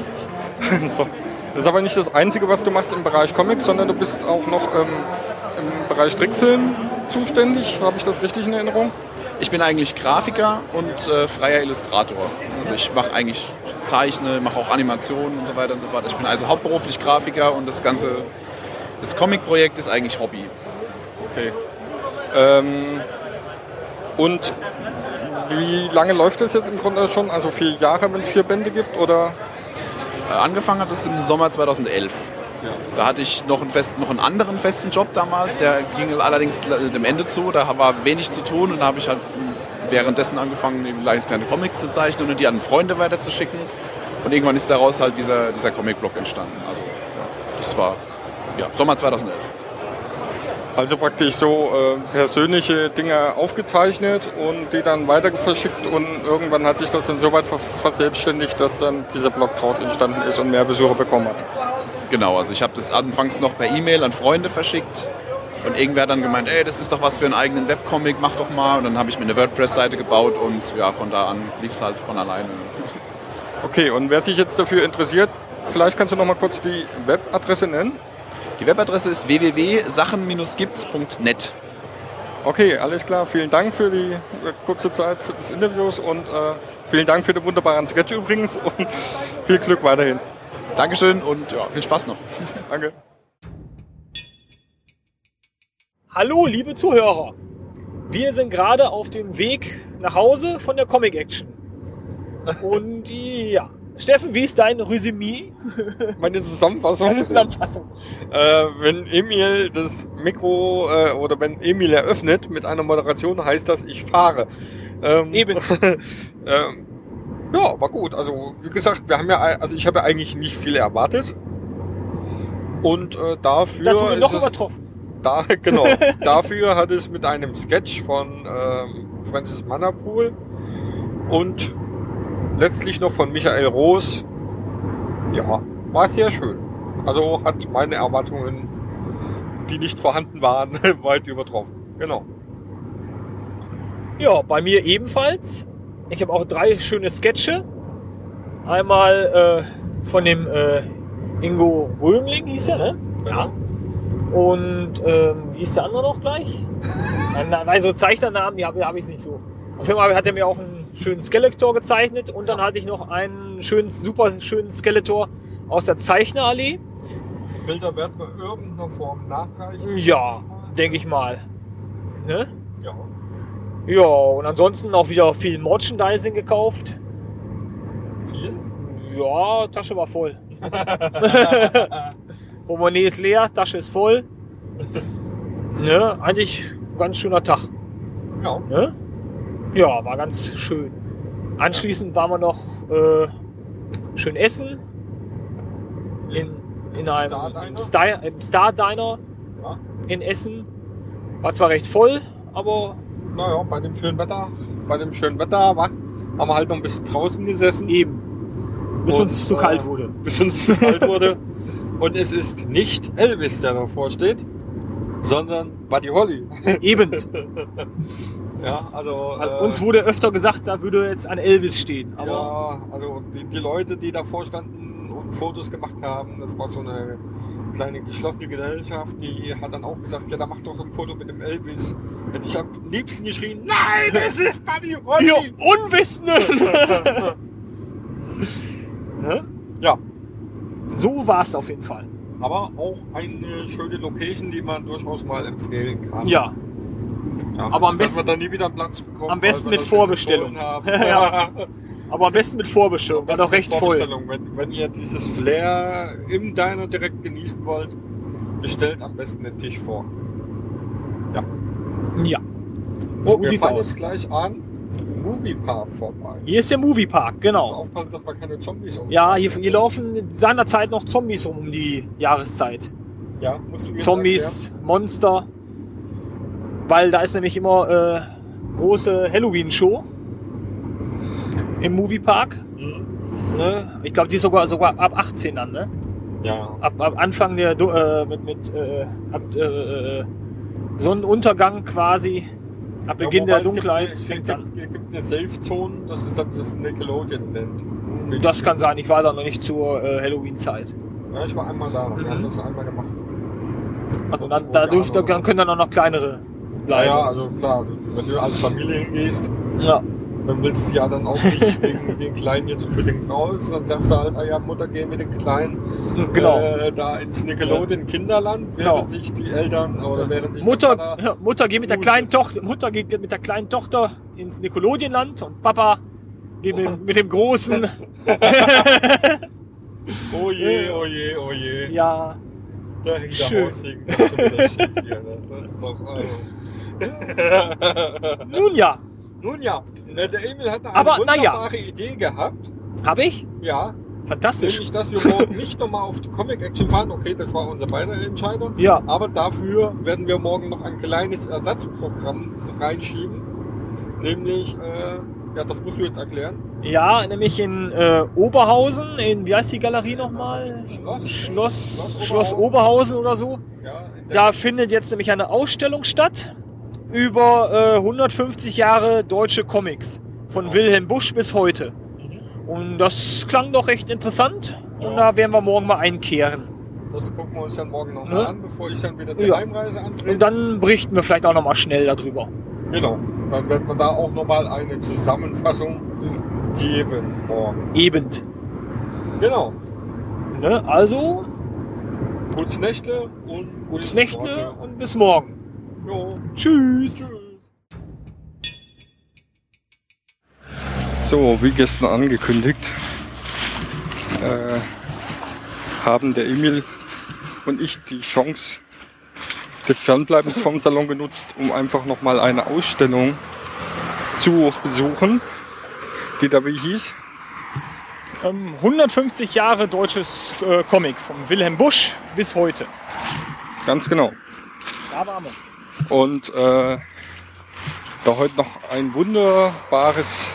Das ist aber nicht das Einzige, was du machst im Bereich Comics, sondern du bist auch noch ähm, im Bereich Trickfilm zuständig. Habe ich das richtig in Erinnerung? Ich bin eigentlich Grafiker und äh, freier Illustrator. Also ich mache eigentlich Zeichne, mache auch Animationen und so weiter und so fort. Ich bin also hauptberuflich Grafiker und das ganze, das Comic-Projekt ist eigentlich Hobby. Okay. Ähm, und wie lange läuft das jetzt im Grunde schon? Also vier Jahre, wenn es vier Bände gibt, oder? Äh, angefangen hat es im Sommer zweitausendelf. Ja. Da hatte ich noch einen, festen, noch einen anderen festen Job damals, der ging allerdings dem Ende zu, da war wenig zu tun und da habe ich halt währenddessen angefangen, kleine Comics zu zeichnen und die an Freunde weiterzuschicken und irgendwann ist daraus halt dieser, dieser Comic-Blog entstanden. Also das war ja, Sommer zweitausendelf. Also praktisch so äh, persönliche Dinge aufgezeichnet und die dann weiter verschickt und irgendwann hat sich das dann so weit verselbstständigt, dass dann dieser Blog draus entstanden ist und mehr Besucher bekommen hat. Genau, also ich habe das anfangs noch per E-Mail an Freunde verschickt und irgendwer hat dann gemeint, ey, das ist doch was für einen eigenen Webcomic, mach doch mal. Und dann habe ich mir eine WordPress-Seite gebaut und ja, von da an lief es halt von alleine. Okay, und wer sich jetzt dafür interessiert, vielleicht kannst du noch mal kurz die Webadresse nennen? Die Webadresse ist w w w punkt sachen Bindestrich gibts punkt net. Okay, alles klar. Vielen Dank für die äh, kurze Zeit für das Interviews und äh, vielen Dank für den wunderbaren Sketch übrigens und viel Glück weiterhin. Dankeschön und ja, viel Spaß noch. Danke. Hallo, liebe Zuhörer. Wir sind gerade auf dem Weg nach Hause von der Comic Action. Und ja, Steffen, wie ist dein Resümee? Meine Zusammenfassung. Deine Zusammenfassung. Äh, wenn Emil das Mikro äh, oder wenn Emil eröffnet mit einer Moderation, heißt das, ich fahre. Ähm, Eben. ähm, ja, war gut. Also wie gesagt, wir haben ja, also ich habe ja eigentlich nicht viel erwartet. Und äh, dafür Das wurde ist noch es, übertroffen. da, genau, dafür hat es mit einem Sketch von ähm, Francis Mannerpool und letztlich noch von Michael Roos, ja, war sehr schön. Also hat meine Erwartungen, die nicht vorhanden waren, weit übertroffen. Genau. Ja, bei mir ebenfalls. Ich habe auch drei schöne Sketche. Einmal äh, von dem äh, Ingo Römling, hieß er, ne? Ja. Und ähm, wie ist der andere noch gleich? Nein, so Zeichnernamen, die habe hab ich nicht so. Auf jeden Fall hat er mir auch einen schönen Skeletor gezeichnet und dann hatte ich noch einen schönen, super schönen Skeletor aus der Zeichnerallee. Bilder werden wir in irgendeiner Form nachreichen. Ja, denke ich mal. Ne? Ja. Ja, und ansonsten auch wieder viel Merchandising gekauft. Viel? Ja, Tasche war voll. Portemonnaie ist leer, Tasche ist voll. Ne? Eigentlich ein ganz schöner Tag. Ja. Ne? Ja, war ganz schön. Anschließend waren wir noch äh, schön essen. In, in einem Star Diner? Star, im Star Diner Ja. in Essen. War zwar recht voll, aber Naja, bei dem schönen Wetter, bei dem schönen Wetter war, haben wir halt noch ein bisschen draußen gesessen. eben. Bis Und, uns zu äh, kalt wurde. Bis uns zu kalt wurde. Und es ist nicht Elvis, der davor steht, sondern Buddy Holly. Eben. Ja, also. An äh, uns wurde öfter gesagt, da würde jetzt an Elvis stehen. Aber ja, also die, die Leute, die davor standen und Fotos gemacht haben, das war so eine kleine geschlossene Gesellschaft, die hat dann auch gesagt, ja, da macht doch ein Foto mit dem Elvis. Hätte ich am liebsten geschrien, nein, es ist Buddy Holly! ihr Unwissenden! Ne? Ja, So war es auf jeden Fall. aber auch eine schöne Location, die man durchaus mal empfehlen kann. Ja, Ja, aber das am besten- werden wir dann nie wieder einen Platz bekommen. am besten weil wir mit das jetzt Vorbestellung. empfohlen haben. Ja. aber am besten mit Vorbestellung. War Das doch ist recht eine voll. Vorbestellung. Wenn, wenn ihr dieses Flair im Diner direkt genießen wollt, bestellt am besten den Tisch vor. Ja. Oh, So wir sieht's fahren aus. jetzt gleich an. Moviepark vorbei. Hier ist der Moviepark, genau. Aufpassen, dass man keine Zombies umschlagen. Ja, hier, hier laufen seinerzeit noch Zombies rum um die Jahreszeit. Ja, musst du mir Zombies, Monster. Weil da ist nämlich immer äh, große Halloween-Show im Moviepark. Mhm. Ne? Ich glaube, die ist sogar, sogar ab achtzehn dann, ne? Ja. Ab, ab Anfang der Du- äh, mit, mit äh, ab, äh, Sonnenuntergang quasi. Ab Beginn Ja, der wobei Dunkelheit es gibt, fängt es an. gibt, es gibt eine Safe-Zone, das ist dann das Nickelodeon nennt. Das kann sein, ich war da noch nicht zur äh, Halloween-Zeit. Ja, ich war einmal da, wir Mhm. haben das einmal gemacht. Also Vor dann, zwei da Jahren dürfte, oder dann so. können dann auch noch kleinere Ja, bleiben. ja, also klar, wenn du als Familie hingehst, Ja. dann willst du ja dann auch nicht wegen den Kleinen jetzt unbedingt raus. Dann sagst du halt, ah ja, Mutter, geh mit den Kleinen Genau. äh, da ins Nickelodeon Kinderland, während Genau. sich die Eltern oder während sich Mutter, der Vater, ja, Mutter geht mit der Gut. kleinen Tochter, Mutter geht mit der kleinen Tochter ins Nickelodeonland und Papa geht mit, mit dem großen. oh je, oh je, oh je, Ja, da hängt schön. der Haussegen. Das ist schon wieder schick hier, ne? Das ist auch, also. nun ja, Nun ja, äh, der Emil hat eine Aber, na ja. wunderbare Idee gehabt. habe ich. Ja, Fantastisch. nämlich, dass wir morgen nicht nochmal auf die Comic-Action fahren. Okay, das war unser beider Entscheidung. Ja, Aber dafür werden wir morgen noch ein kleines Ersatzprogramm reinschieben. Nämlich, äh, ja, das musst du jetzt erklären. ja, nämlich in äh, Oberhausen, in, wie heißt die Galerie nochmal? Schloss. Schloss, Schloss Schloss Oberhausen. Oberhausen oder so. Ja, in der Da findet jetzt nämlich eine Ausstellung statt über äh, hundertfünfzig Jahre deutsche Comics. Von Genau. Wilhelm Busch bis heute. Und das klang doch recht interessant. Und Ja. da werden wir morgen mal einkehren. das gucken wir uns dann morgen nochmal Ne? an, bevor ich dann wieder die Ja. Heimreise antrete. Und dann berichten wir vielleicht auch noch mal schnell darüber. Genau. Dann wird man da auch nochmal eine Zusammenfassung geben morgen. Eben. Genau. Ne? Also, Gutes Nächtle und gutes bis Nächtle morgen. und bis morgen. Jo. Tschüss. So, wie gestern angekündigt, äh, haben der Emil und ich die Chance des Fernbleibens vom Salon genutzt, um einfach nochmal eine Ausstellung zu besuchen, die da wie hieß. Ähm, hundertfünfzig Jahre deutsches äh, Comic von Wilhelm Busch bis heute. Ganz genau. Da waren wir. Und äh, da heute noch ein wunderbares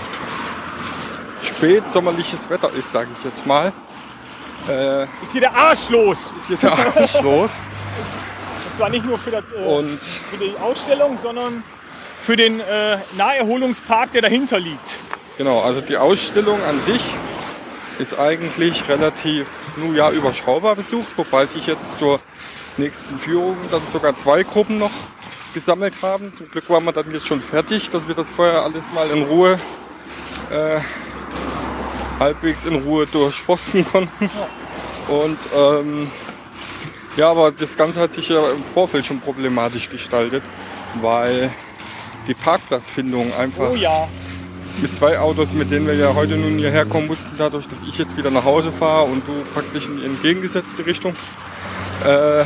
spätsommerliches Wetter ist, sage ich jetzt mal, äh, Ist hier der Arsch los. ist hier der Arsch los. Und zwar nicht nur für, das, äh, Und für die Ausstellung, sondern für den äh, Naherholungspark, der dahinter liegt. genau, also die Ausstellung an sich ist eigentlich relativ, nun ja, überschaubar besucht, wobei sich jetzt zur nächsten Führung dann sogar zwei Gruppen noch gesammelt haben. Zum Glück waren wir dann jetzt schon fertig, dass wir das vorher alles mal in Ruhe, äh, halbwegs in Ruhe durchforsten konnten. Und ähm, ja, aber das Ganze hat sich ja im Vorfeld schon problematisch gestaltet, weil die Parkplatzfindung einfach Oh ja. mit zwei Autos, mit denen wir ja heute nun hierher kommen mussten, dadurch, dass ich jetzt wieder nach Hause fahre und du praktisch in die entgegengesetzte Richtung, äh,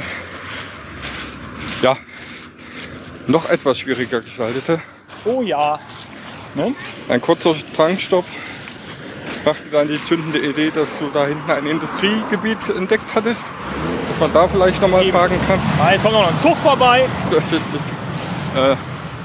ja, noch etwas schwieriger gestaltete. Oh ja. Ne? Ein kurzer Tankstopp brachte dann die zündende Idee, dass du da hinten ein Industriegebiet entdeckt hattest, dass man da vielleicht nochmal Eben. parken kann. Ah, jetzt kommt noch ein Zug vorbei. äh,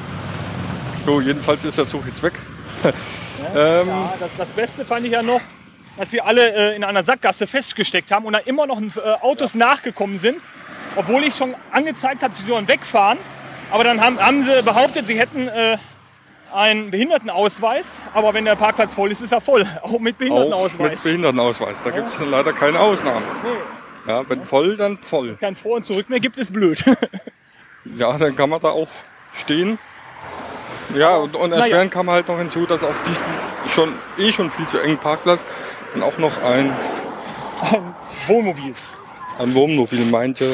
so, jedenfalls ist der Zug jetzt weg. ähm, Ja, das, das Beste fand ich ja noch, dass wir alle äh, in einer Sackgasse festgesteckt haben und da immer noch äh, Autos nachgekommen sind, obwohl ich schon angezeigt habe, sie sollen wegfahren. Aber dann haben, haben sie behauptet, sie hätten äh, einen Behindertenausweis. Aber wenn der Parkplatz voll ist, ist er voll. Auch mit auch mit Behindertenausweis. Behindertenausweis. Da gibt es leider keine Ausnahmen. Nee, Ja, wenn voll, dann voll. kein Vor- und Zurück mehr gibt es blöd. Ja, dann kann man da auch stehen. Ja, und, und Naja. erschwerend kam halt noch hinzu, dass auf diesem schon eh schon viel zu engen Parkplatz dann auch noch ein, Ein Wohnmobil. ein Wohnmobil meinte,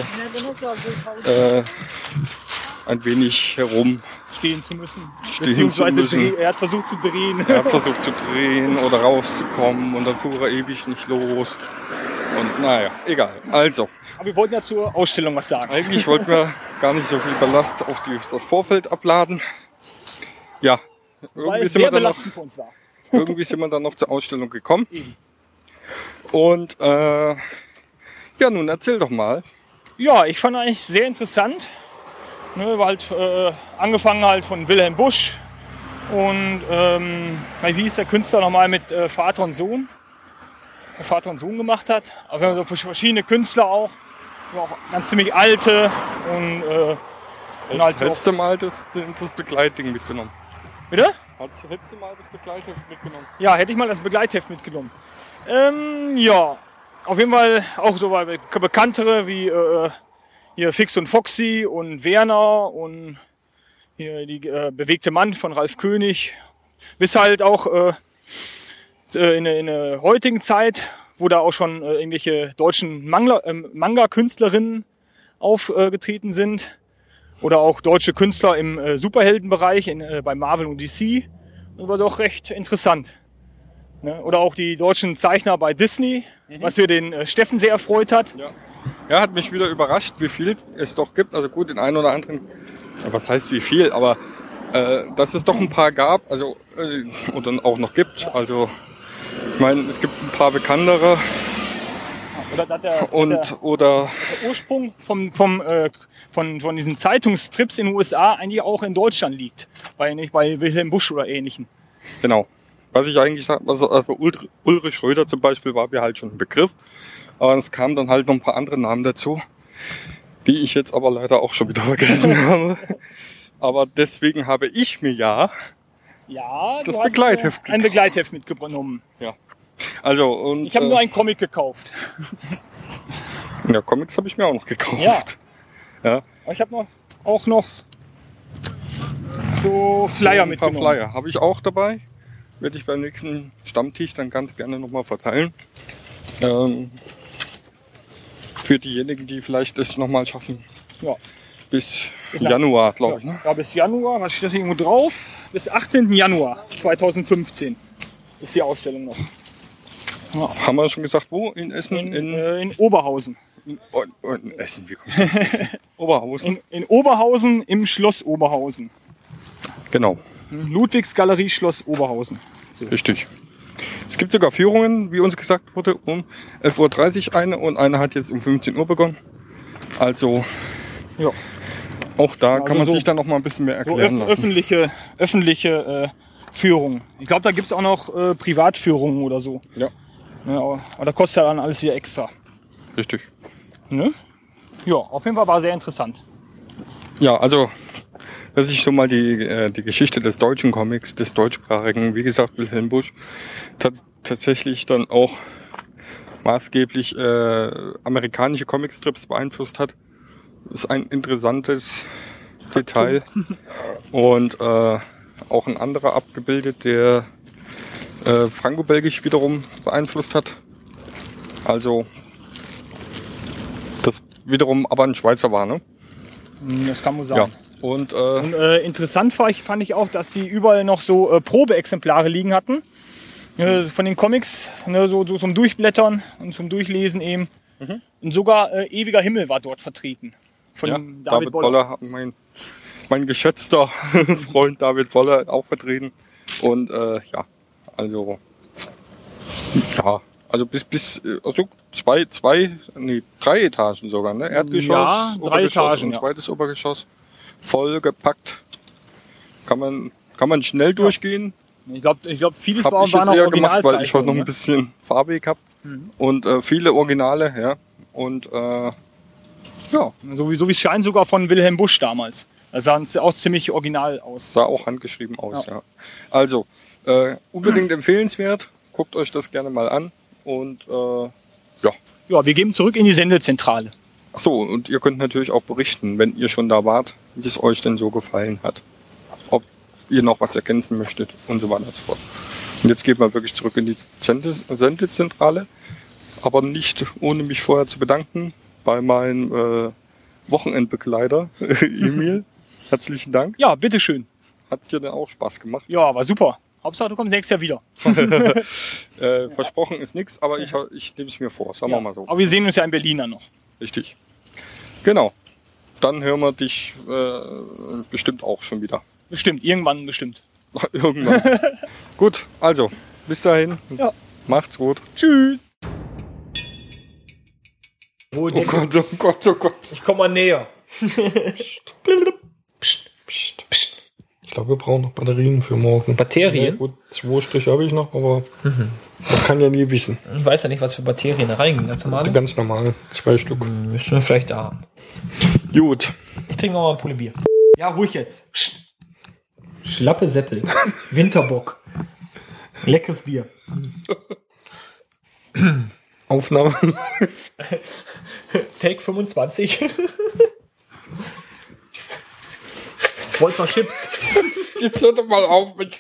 äh, ein wenig herum Stehen zu müssen. Stehen Beziehungsweise zu müssen. dreh- er hat versucht zu drehen. Er hat versucht zu drehen oder rauszukommen und dann fuhr er ewig nicht los. Und naja, egal. Also, Aber wir wollten ja zur Ausstellung was sagen. eigentlich wollten wir gar nicht so viel Ballast auf die, das Vorfeld abladen. Ja, Weil irgendwie es sind, wir sehr dann noch, belastend für uns war. irgendwie sind wir dann noch zur Ausstellung gekommen. Eben. Und äh, ja, nun erzähl doch mal. Ja, ich fand eigentlich sehr interessant. Ne, war halt äh, angefangen halt von Wilhelm Busch und ähm, wie hieß der Künstler nochmal mit äh, Vater und Sohn, der Vater und Sohn gemacht hat. Aber wir haben so verschiedene Künstler auch, auch ganz ziemlich alte und, äh, und halt Hättest du mal das, das Begleitding mitgenommen? bitte? Hättest hättest du mal das Begleitheft mitgenommen? Ja, hätte ich mal das Begleitheft mitgenommen. Ähm, ja, auf jeden Fall auch so bei bekanntere wie äh, hier Fix und Foxy und Werner und hier die äh, bewegte Mann von Ralf König. Bis halt auch äh, in, in der heutigen Zeit, wo da auch schon äh, irgendwelche deutschen Mangler, äh, Manga-Künstlerinnen aufgetreten äh, sind. Oder auch deutsche Künstler im äh, Superheldenbereich in, äh, bei Marvel und D C. Das war doch recht interessant. Ne? Oder auch die deutschen Zeichner bei Disney, mhm. was für den äh, Steffen sehr erfreut hat. Ja. Ja, hat mich wieder überrascht, wie viel es doch gibt. Also gut, den einen oder anderen, was heißt wie viel, aber äh, dass es doch ein paar gab, also äh, oder auch noch gibt. Also ich meine, es gibt ein paar bekanntere Oder dass der, und der, oder der Ursprung vom, vom, äh, von, von diesen Zeitungstrips in den U S A eigentlich auch in Deutschland liegt. Bei, nicht bei Wilhelm Busch oder ähnlichen. genau. Was ich eigentlich sage, also, also Ulrich, Ulrich Schröder zum Beispiel war mir halt schon ein Begriff. Aber es kamen dann halt noch ein paar andere Namen dazu, die ich jetzt aber leider auch schon wieder vergessen habe. Aber deswegen habe ich mir ja Ja, das du hast Begleitheft äh, ein Begleitheft mitgenommen. also und Ich habe äh, nur einen Comic gekauft. ja, Comics habe ich mir auch noch gekauft. Ja. Ja. Aber ich habe noch auch noch so Flyer ein paar mitgenommen. Flyer habe ich auch dabei. Werde ich beim nächsten Stammtisch dann ganz gerne nochmal verteilen. Ähm, für diejenigen, die vielleicht es nochmal schaffen. Ja. Bis Bis nach- Januar, glaube ich. Ne? Ja, bis Januar, was steht hier irgendwo drauf? Bis achtzehnten Januar zweitausendfünfzehn ist die Ausstellung noch. Haben wir schon gesagt, wo? In Essen? In, In, äh, in Oberhausen. in, in, in Essen, wie kommst du? Essen? Oberhausen. In, in Oberhausen im Schloss Oberhausen. Genau, Ludwigsgalerie Schloss Oberhausen. richtig. Es gibt sogar Führungen, wie uns gesagt wurde, um elf Uhr dreißig eine und eine hat jetzt um fünfzehn Uhr begonnen. Also Ja. auch da Also kann man so- sich dann noch mal ein bisschen mehr So erklären öf lassen. öffentliche, öffentliche äh, Führungen. Ich glaube, da gibt es auch noch äh, Privatführungen oder so. Ja, Ja, aber, aber da kostet ja dann alles wieder extra. richtig. Ne? Ja, auf jeden Fall war sehr interessant. Ja, also dass ich so mal die, äh, die Geschichte des deutschen Comics, des deutschsprachigen, wie gesagt, Wilhelm Busch, tats tatsächlich dann auch maßgeblich äh, amerikanische Comicstrips beeinflusst hat. Das ist ein interessantes Detail. Und äh, auch ein anderer abgebildet, der äh, franco-belgisch wiederum beeinflusst hat. Also das wiederum aber ein Schweizer war, ne? Das kann man Ja. sagen. Und äh, Und, äh, interessant war ich, fand ich auch, dass sie überall noch so äh, Probeexemplare liegen hatten. Äh, von den Comics, ne, so, so zum Durchblättern und zum Durchlesen eben. Mhm. Und sogar äh, Ewiger Himmel war dort vertreten. Von ja, David, David Boller. Boller, mein, mein geschätzter Freund David Boller auch vertreten. Und äh, ja, also ja, also bis bis äh, also zwei, zwei, nee, drei Etagen sogar, ne? Erdgeschoss, Ja, drei Obergeschoss Etagen, und ja. zweites Obergeschoss. Voll gepackt. Kann man, kann man schnell durchgehen. Ich glaube, ich glaub, vieles Hab war, ich war jetzt noch eher gemacht, weil ich heute noch Originalzeichnungen, ein bisschen farbig habe. Und äh, viele Originale, ja. Und äh, ja, ne? So wie so wie es scheint sogar von Wilhelm Busch damals. Da sah es auch ziemlich original aus. sah auch handgeschrieben aus, ja. Also, äh, unbedingt empfehlenswert. Guckt euch das gerne mal an. Und äh, ja. Ja, wir gehen zurück in die Sendezentrale. Ach so, und ihr könnt natürlich auch berichten, wenn ihr schon da wart, wie es euch denn so gefallen hat. Ob ihr noch was ergänzen möchtet und so weiter und so fort. Und jetzt geht man wirklich zurück in die Sendes- Sendezentrale, aber nicht ohne mich vorher zu bedanken bei meinem äh, Wochenendbegleiter Emil. Herzlichen Dank. Ja, bitteschön. Hat's dir denn auch Spaß gemacht? Ja, war super. Hauptsache, du kommst nächstes Jahr wieder. Äh, versprochen ist nichts, aber ich, ich nehme es mir vor, sagen wir mal so. Aber wir sehen uns ja in Berlin dann noch. Richtig. Genau. Dann hören wir dich äh, bestimmt auch schon wieder. Bestimmt, irgendwann bestimmt. Irgendwann. Gut, also, bis dahin. Ja. Macht's gut. Tschüss. Oh, Oh Gott, oh Gott, oh Gott. Ich komme mal näher. Psst, psst, psst. Ich glaube, wir brauchen noch Batterien für morgen. Batterien? Ja, gut, zwei Striche habe ich noch, aber mhm. man kann ja nie wissen. Ich weiß ja nicht, was für Batterien da reingehen. Ganz normal. Ganz normal, zwei Stück. Müssen wir vielleicht da haben. Gut. Ich trinke noch mal ein Pulle Bier. Ja, ruhig jetzt. Psst. Schlappe Seppel. Winterbock. Leckeres Bier. Aufnahme. Take fünfundzwanzig. Wollt's noch Chips? Jetzt hört doch mal auf mit.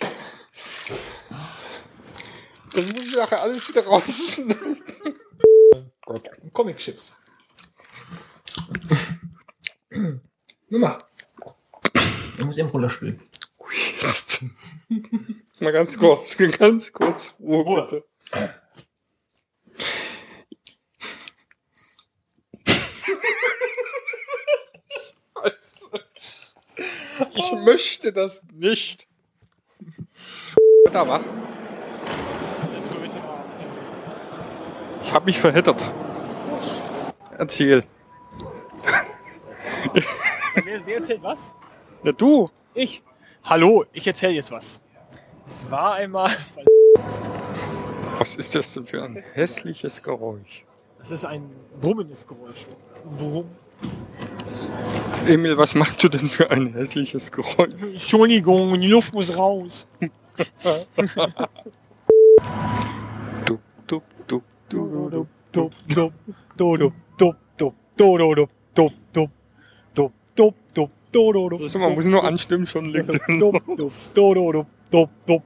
Das muss ich nachher alles wieder raus. Gott. Comic-Chips. Nummer. Ich muss eben runterspielen. Jetzt. Mal ganz kurz, ganz kurz Ruhe, Ruhe. bitte. Scheiße. Ich möchte das nicht. Da war. Ich habe mich verheddert. Erzähl. Wer, wer erzählt was? Na du. Ich. Hallo, ich erzähle jetzt was. Es war einmal... Was ist das denn für ein hässliches Geräusch? Das ist ein brummendes Geräusch. Brumm. Emil, was machst du denn für ein hässliches Geräusch? Entschuldigung, die Luft muss raus. Du, du, du, du, Dup, dup, dup, dup, dup, dup, dup, dup, dup, dup, dup, dup, dup. Das ist, man muss nur anstimmen, schon liegt. Dup, dup, dup, dup, dup.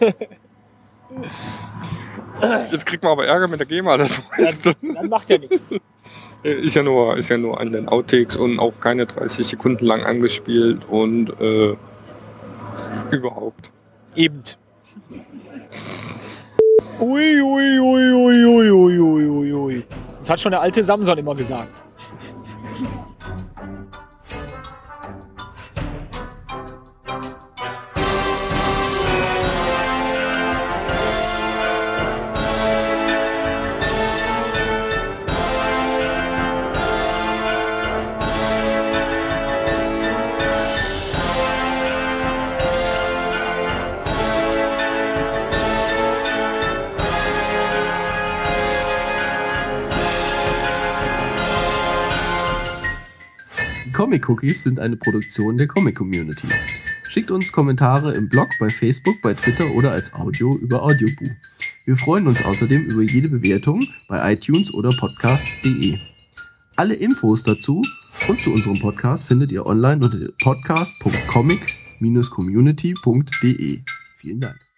Jetzt kriegt man aber Ärger mit der GEMA, das weißt du. Dann macht ja nichts. Ist ja nur, ist ja nur an den Outtakes und auch keine dreißig Sekunden lang angespielt und äh, überhaupt. Eben. Ui, ui, ui, ui, ui, ui, ui, ui, ui. Das hat schon der alte Samson immer gesagt. Comic Cookies sind eine Produktion der Comic Community. Schickt uns Kommentare im Blog, bei Facebook, bei Twitter oder als Audio über Audioboo. Wir freuen uns außerdem über jede Bewertung bei iTunes oder podcast punkt de. Alle Infos dazu und zu unserem Podcast findet ihr online unter podcast punkt comic Bindestrich community punkt de. Vielen Dank.